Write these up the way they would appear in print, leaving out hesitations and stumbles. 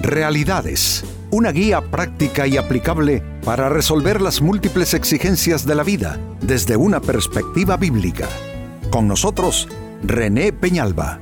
Realidades, una guía práctica y aplicable para resolver las múltiples exigencias de la vida desde una perspectiva bíblica. Con nosotros, René Peñalba.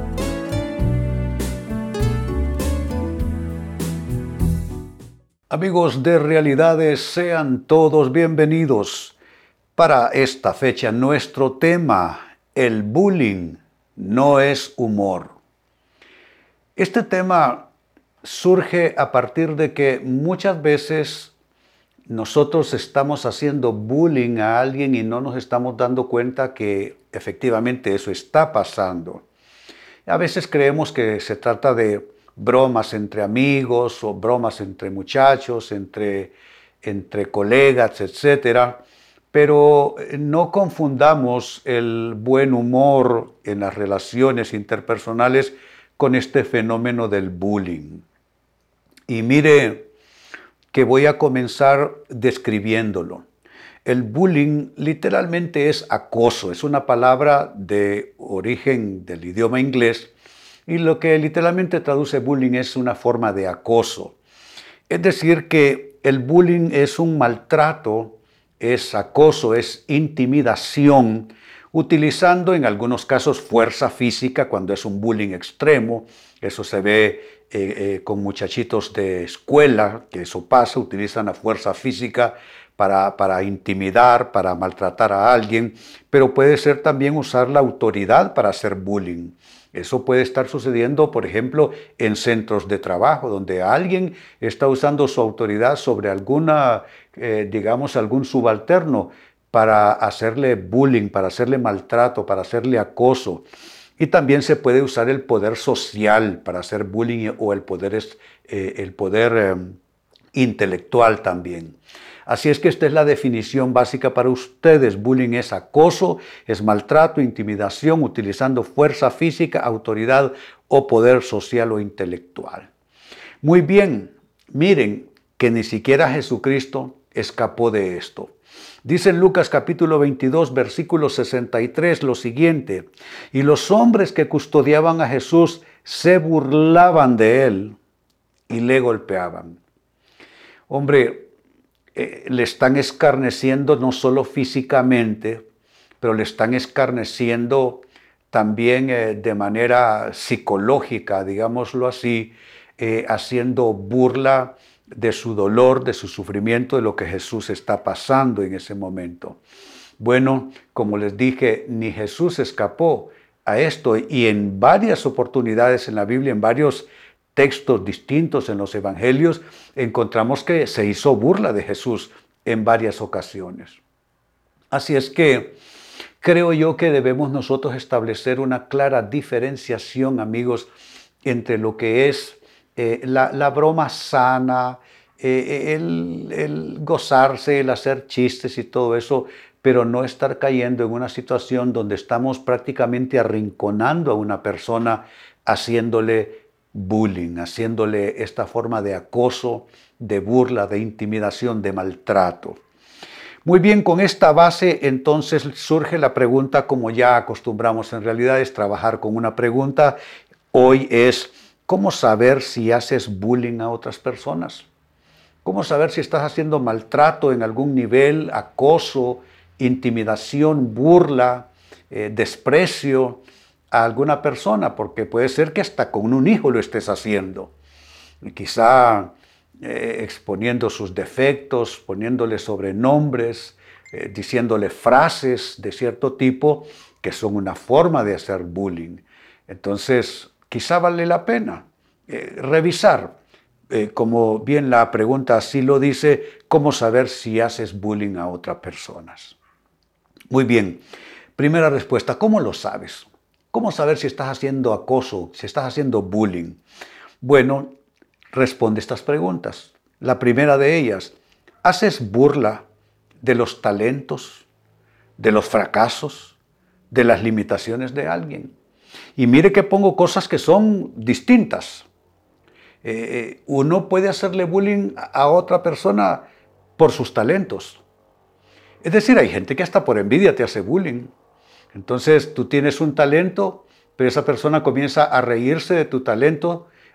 Amigos de Realidades, sean todos bienvenidos. Para esta fecha, nuestro tema, el bullying no es humor. Este tema surge a partir de que muchas veces nosotros estamos haciendo bullying a alguien y no nos estamos dando cuenta que efectivamente eso está pasando. A veces creemos que se trata de bromas entre amigos o bromas entre muchachos, entre colegas, etc. Pero no confundamos el buen humor en las relaciones interpersonales con este fenómeno del bullying. Y mire que voy a comenzar describiéndolo. El bullying literalmente es acoso, es una palabra de origen del idioma inglés y lo que literalmente traduce bullying es una forma de acoso. Es decir, que el bullying es un maltrato, es acoso, es intimidación, utilizando en algunos casos fuerza física cuando es un bullying extremo. Eso se ve con muchachitos de escuela, que eso pasa, utilizan la fuerza física para intimidar, para maltratar a alguien, pero puede ser también usar la autoridad para hacer bullying. Eso puede estar sucediendo, por ejemplo, en centros de trabajo, donde alguien está usando su autoridad sobre algún subalterno para hacerle bullying, para hacerle maltrato, para hacerle acoso. Y también se puede usar el poder social para hacer bullying o el poder intelectual también. Así es que esta es la definición básica para ustedes. Bullying es acoso, es maltrato, intimidación, utilizando fuerza física, autoridad o poder social o intelectual. Muy bien, miren que ni siquiera Jesucristo escapó de esto. Dice en Lucas capítulo 22, versículo 63 lo siguiente: y los hombres que custodiaban a Jesús se burlaban de él y le golpeaban. Hombre, le están escarneciendo no solo físicamente, pero le están escarneciendo también de manera psicológica, digámoslo así, haciendo burla de su dolor, de su sufrimiento, de lo que Jesús está pasando en ese momento. Bueno, como les dije, ni Jesús escapó a esto, y en varias oportunidades en la Biblia, en varios textos distintos en los evangelios, encontramos que se hizo burla de Jesús en varias ocasiones. Así es que creo yo que debemos nosotros establecer una clara diferenciación, amigos, entre lo que es la broma sana, el gozarse, el hacer chistes y todo eso, pero no estar cayendo en una situación donde estamos prácticamente arrinconando a una persona, haciéndole bullying, haciéndole esta forma de acoso, de burla, de intimidación, de maltrato. Muy bien, con esta base entonces surge la pregunta, como ya acostumbramos en realidad, es trabajar con una pregunta. Hoy es: ¿cómo saber si haces bullying a otras personas? ¿Cómo saber si estás haciendo maltrato en algún nivel, acoso, intimidación, burla, desprecio a alguna persona? Porque puede ser que hasta con un hijo lo estés haciendo. Y quizá exponiendo sus defectos, poniéndole sobrenombres, diciéndole frases de cierto tipo que son una forma de hacer bullying. Entonces, quizá vale la pena revisar, como bien la pregunta así lo dice, cómo saber si haces bullying a otras personas. Muy bien, primera respuesta: ¿cómo lo sabes? ¿Cómo saber si estás haciendo acoso, si estás haciendo bullying? Bueno, responde estas preguntas. La primera de ellas: ¿haces burla de los talentos, de los fracasos, de las limitaciones de alguien? Y mire que pongo cosas que son distintas. Uno puede hacerle bullying a otra persona por sus talentos. Es decir, hay gente que hasta por envidia te hace bullying. Entonces tú tienes un talento, pero esa persona comienza a reírse de tu talento,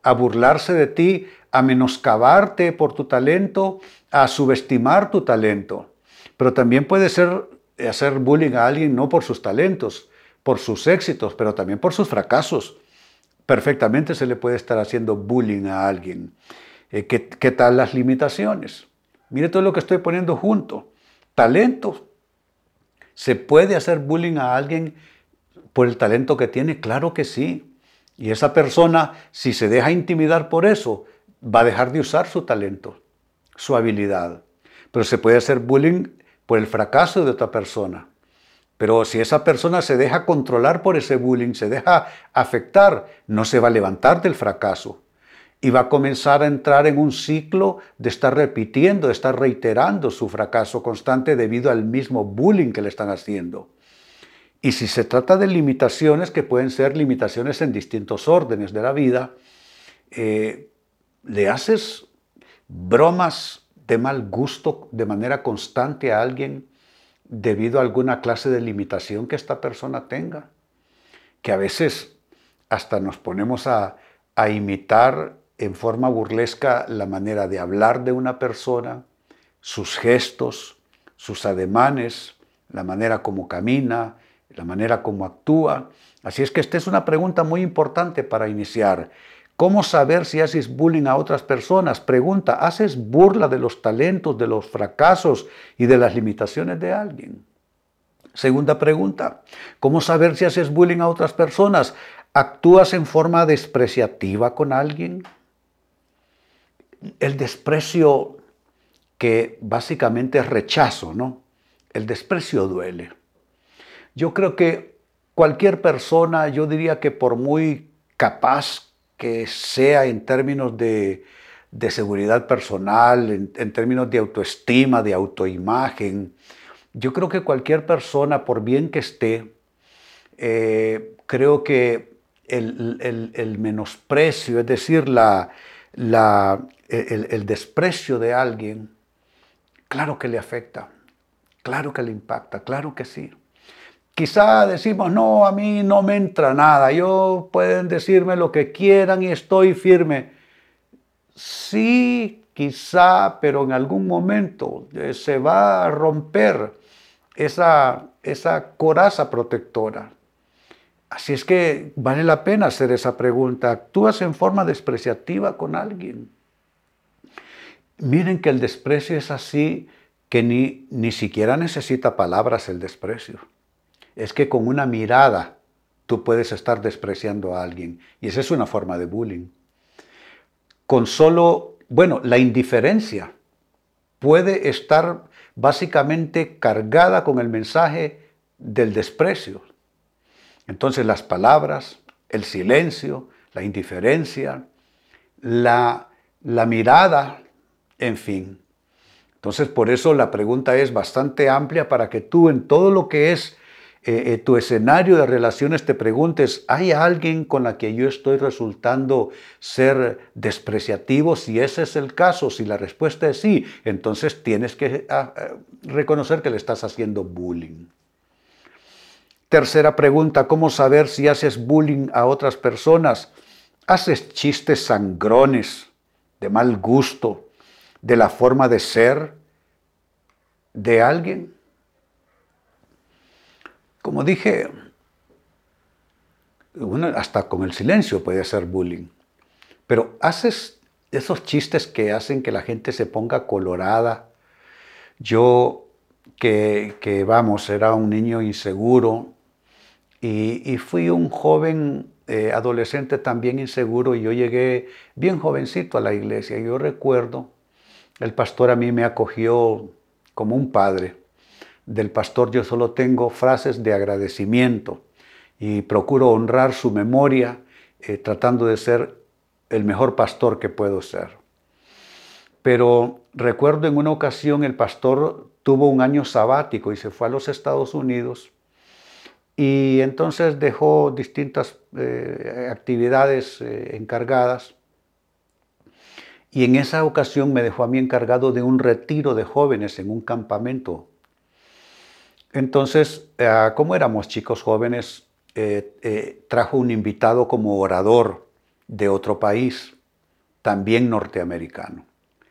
a burlarse de ti, a menoscabarte por tu talento, a subestimar tu talento. Pero también puede ser hacer bullying a alguien no por sus talentos, por sus éxitos, pero también por sus fracasos. Perfectamente se le puede estar haciendo bullying a alguien. ¿Qué tal las limitaciones? Mire todo lo que estoy poniendo junto. Talento. ¿Se puede hacer bullying a alguien por el talento que tiene? Claro que sí. Y esa persona, si se deja intimidar por eso, va a dejar de usar su talento, su habilidad. Pero se puede hacer bullying por el fracaso de otra persona. Pero si esa persona se deja controlar por ese bullying, se deja afectar, no se va a levantar del fracaso. Y va a comenzar a entrar en un ciclo de estar repitiendo, de estar reiterando su fracaso constante debido al mismo bullying que le están haciendo. Y si se trata de limitaciones, que pueden ser limitaciones en distintos órdenes de la vida, le haces bromas de mal gusto de manera constante a alguien debido a alguna clase de limitación que esta persona tenga, que a veces hasta nos ponemos a imitar en forma burlesca la manera de hablar de una persona, sus gestos, sus ademanes, la manera como camina, la manera como actúa. Así es que esta es una pregunta muy importante para iniciar. ¿Cómo saber si haces bullying a otras personas? Pregunta, ¿haces burla de los talentos, de los fracasos y de las limitaciones de alguien? Segunda pregunta, ¿cómo saber si haces bullying a otras personas? ¿Actúas en forma despreciativa con alguien? El desprecio, que básicamente es rechazo, ¿no? El desprecio duele. Yo creo que cualquier persona, yo diría que por muy capaz que sea en términos de seguridad personal, en términos de autoestima, de autoimagen, yo creo que cualquier persona, por bien que esté, creo que el menosprecio, es decir, el desprecio de alguien, claro que le afecta, claro que le impacta, claro que sí. Quizá decimos, no, a mí no me entra nada, pueden decirme lo que quieran y estoy firme. Sí, quizá, pero en algún momento se va a romper esa coraza protectora. Así es que vale la pena hacer esa pregunta. ¿Actúas en forma despreciativa con alguien? Miren que el desprecio es así que ni siquiera necesita palabras el desprecio. Es que con una mirada tú puedes estar despreciando a alguien. Y esa es una forma de bullying. La indiferencia puede estar básicamente cargada con el mensaje del desprecio. Entonces las palabras, el silencio, la indiferencia, la mirada, en fin. Entonces por eso la pregunta es bastante amplia para que tú en todo lo que es tu escenario de relaciones te preguntes, ¿hay alguien con la que yo estoy resultando ser despreciativo? Si ese es el caso, si la respuesta es sí, entonces tienes que reconocer que le estás haciendo bullying. Tercera pregunta, ¿cómo saber si haces bullying a otras personas? ¿Haces chistes sangrones, de mal gusto, de la forma de ser de alguien? Como dije, hasta con el silencio puede hacer bullying. Pero haces esos chistes que hacen que la gente se ponga colorada. Yo, era un niño inseguro y fui un joven adolescente también inseguro y yo llegué bien jovencito a la iglesia. Yo recuerdo, el pastor a mí me acogió como un padre. Del pastor yo solo tengo frases de agradecimiento y procuro honrar su memoria tratando de ser el mejor pastor que puedo ser. Pero recuerdo en una ocasión el pastor tuvo un año sabático y se fue a los Estados Unidos y entonces dejó distintas actividades encargadas y en esa ocasión me dejó a mí encargado de un retiro de jóvenes en un campamento. Entonces, como éramos chicos jóvenes, trajo un invitado como orador de otro país, también norteamericano.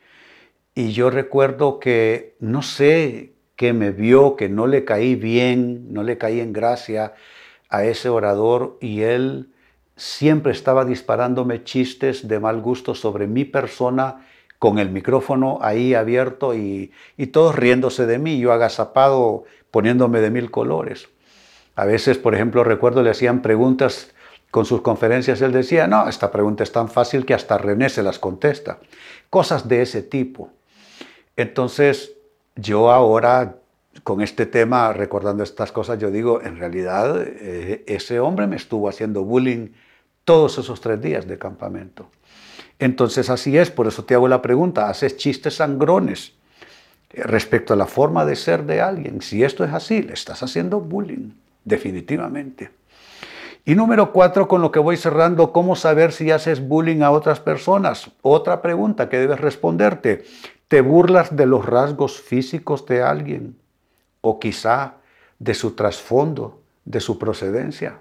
Y yo recuerdo que, no sé, que me vio, que no le caí bien, no le caí en gracia a ese orador, y él siempre estaba disparándome chistes de mal gusto sobre mi persona, con el micrófono ahí abierto y todos riéndose de mí, yo agazapado, poniéndome de mil colores. A veces, por ejemplo, recuerdo le hacían preguntas con sus conferencias, él decía, no, esta pregunta es tan fácil que hasta René se las contesta. Cosas de ese tipo. Entonces, yo ahora, con este tema, recordando estas cosas, yo digo, en realidad, ese hombre me estuvo haciendo bullying todos esos 3 días de campamento. Entonces, así es, por eso te hago la pregunta, ¿haces chistes sangrones respecto a la forma de ser de alguien? Si esto es así, le estás haciendo bullying, definitivamente. Y número 4, con lo que voy cerrando, ¿cómo saber si haces bullying a otras personas? Otra pregunta que debes responderte. ¿Te burlas de los rasgos físicos de alguien? O quizá de su trasfondo, de su procedencia.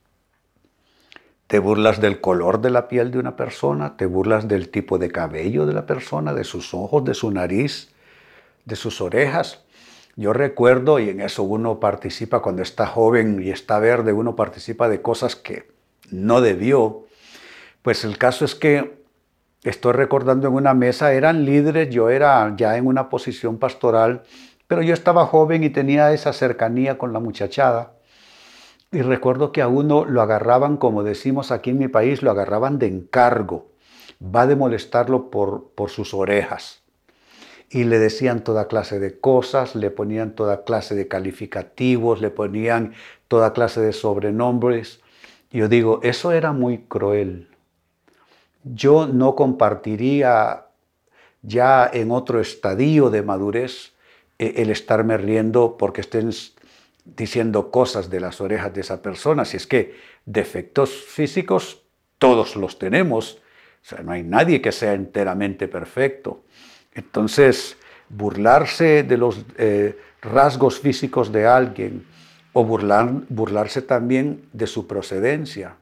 ¿Te burlas del color de la piel de una persona? ¿Te burlas del tipo de cabello de la persona, de sus ojos, de su nariz, de sus orejas? Yo recuerdo, y en eso uno participa cuando está joven y está verde, uno participa de cosas que no debió. Pues el caso es que estoy recordando en una mesa, eran líderes, yo era ya en una posición pastoral, pero yo estaba joven y tenía esa cercanía con la muchachada. Y recuerdo que a uno lo agarraban, como decimos aquí en mi país, lo agarraban de encargo. Va de molestarlo por sus orejas. Y le decían toda clase de cosas, le ponían toda clase de calificativos, le ponían toda clase de sobrenombres. Y yo digo, eso era muy cruel. Yo no compartiría ya en otro estadio de madurez el estarme riendo porque estén diciendo cosas de las orejas de esa persona. Si es que defectos físicos todos los tenemos, o sea, no hay nadie que sea enteramente perfecto. Entonces, burlarse de los rasgos físicos de alguien o burlarse también de su procedencia.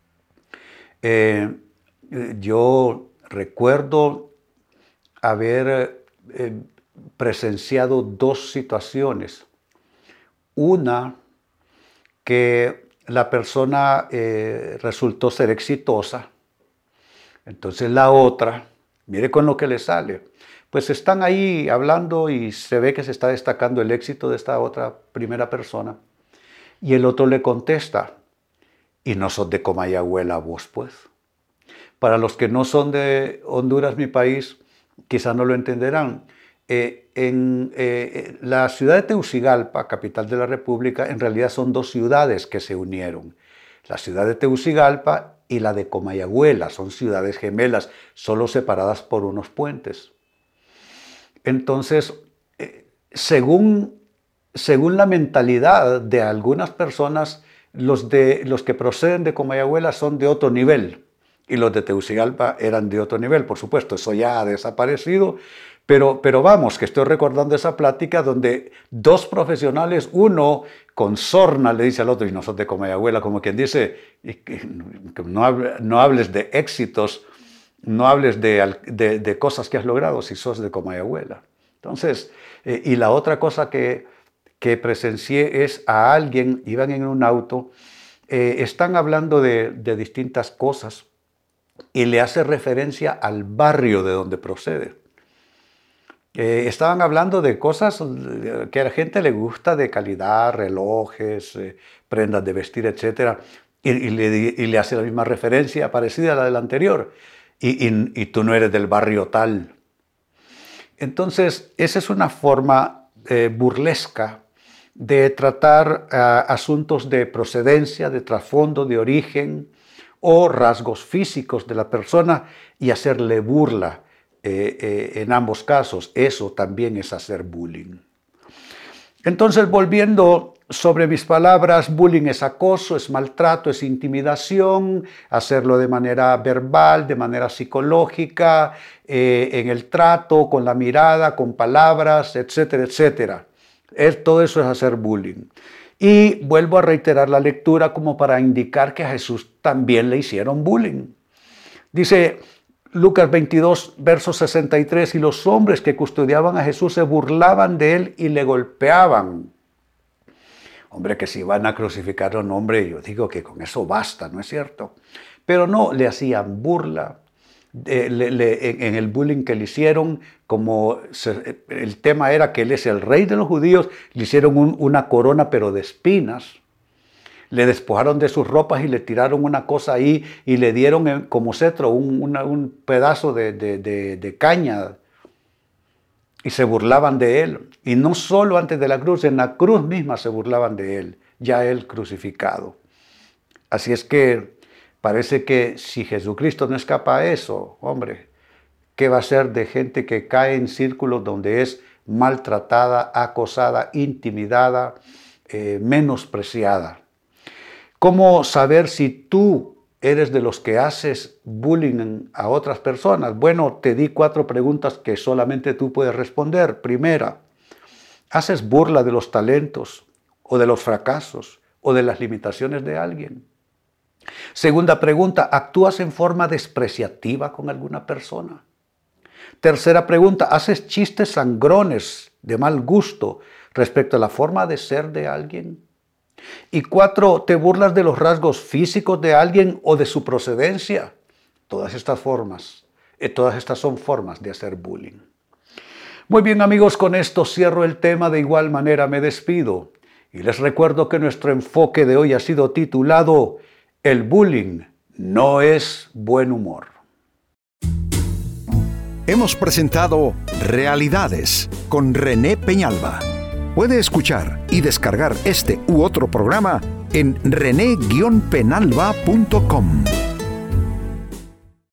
Yo recuerdo haber presenciado 2 situaciones. Una, que la persona resultó ser exitosa. Entonces la otra, mire con lo que le sale. Pues están ahí hablando y se ve que se está destacando el éxito de esta otra primera persona. Y el otro le contesta, ¿y no sos de Comayagüela vos, pues? Para los que no son de Honduras, mi país, quizás no lo entenderán. En la ciudad de Tegucigalpa, capital de la República, en realidad son 2 ciudades que se unieron. La ciudad de Tegucigalpa y la de Comayagüela, son ciudades gemelas, solo separadas por unos puentes. Entonces, según la mentalidad de algunas personas, los que proceden de Comayagüela son de otro nivel y los de Tegucigalpa eran de otro nivel. Por supuesto, eso ya ha desaparecido, pero vamos, que estoy recordando esa plática donde 2 profesionales, uno con sorna le dice al otro, y no sos de Comayagüela, como quien dice, no hables de éxitos, no hables de cosas que has logrado si sos de Comayagüela. Entonces, y la otra cosa que presencié es a alguien, iban en un auto, están hablando de distintas cosas y le hace referencia al barrio de donde procede. Estaban hablando de cosas que a la gente le gusta, de calidad, relojes, prendas de vestir, etc. Y le hace la misma referencia parecida a la del anterior. Y tú no eres del barrio tal. Entonces, esa es una forma burlesca de tratar asuntos de procedencia, de trasfondo, de origen o rasgos físicos de la persona y hacerle burla. En ambos casos, eso también es hacer bullying. Entonces, volviendo sobre mis palabras, bullying es acoso, es maltrato, es intimidación, hacerlo de manera verbal, de manera psicológica, en el trato, con la mirada, con palabras, etcétera, etcétera. Todo eso es hacer bullying. Y vuelvo a reiterar la lectura como para indicar que a Jesús también le hicieron bullying. Dice Lucas 22, verso 63, y los hombres que custodiaban a Jesús se burlaban de él y le golpeaban. Hombre, que si van a crucificar a un hombre, yo digo que con eso basta, ¿no es cierto? Pero no, le hacían burla. En el bullying que le hicieron, como el tema era que él es el rey de los judíos, le hicieron una corona pero de espinas. Le despojaron de sus ropas y le tiraron una cosa ahí y le dieron como cetro un pedazo de caña y se burlaban de él. Y no solo antes de la cruz, en la cruz misma se burlaban de él, ya él crucificado. Así es que parece que si Jesucristo no escapa a eso, hombre, ¿qué va a ser de gente que cae en círculos donde es maltratada, acosada, intimidada, menospreciada? ¿Cómo saber si tú eres de los que haces bullying a otras personas? Bueno, te di 4 preguntas que solamente tú puedes responder. Primera, ¿haces burla de los talentos o de los fracasos o de las limitaciones de alguien? Segunda pregunta, ¿actúas en forma despreciativa con alguna persona? Tercera pregunta, ¿haces chistes sangrones de mal gusto respecto a la forma de ser de alguien? Y 4, ¿te burlas de los rasgos físicos de alguien o de su procedencia? Todas estas son formas de hacer bullying. Muy bien, amigos, con esto cierro el tema. De igual manera me despido y les recuerdo que nuestro enfoque de hoy ha sido titulado El bullying no es buen humor. Hemos presentado Realidades con René Peñalba. Puede escuchar y descargar este u otro programa en rene-penalba.com.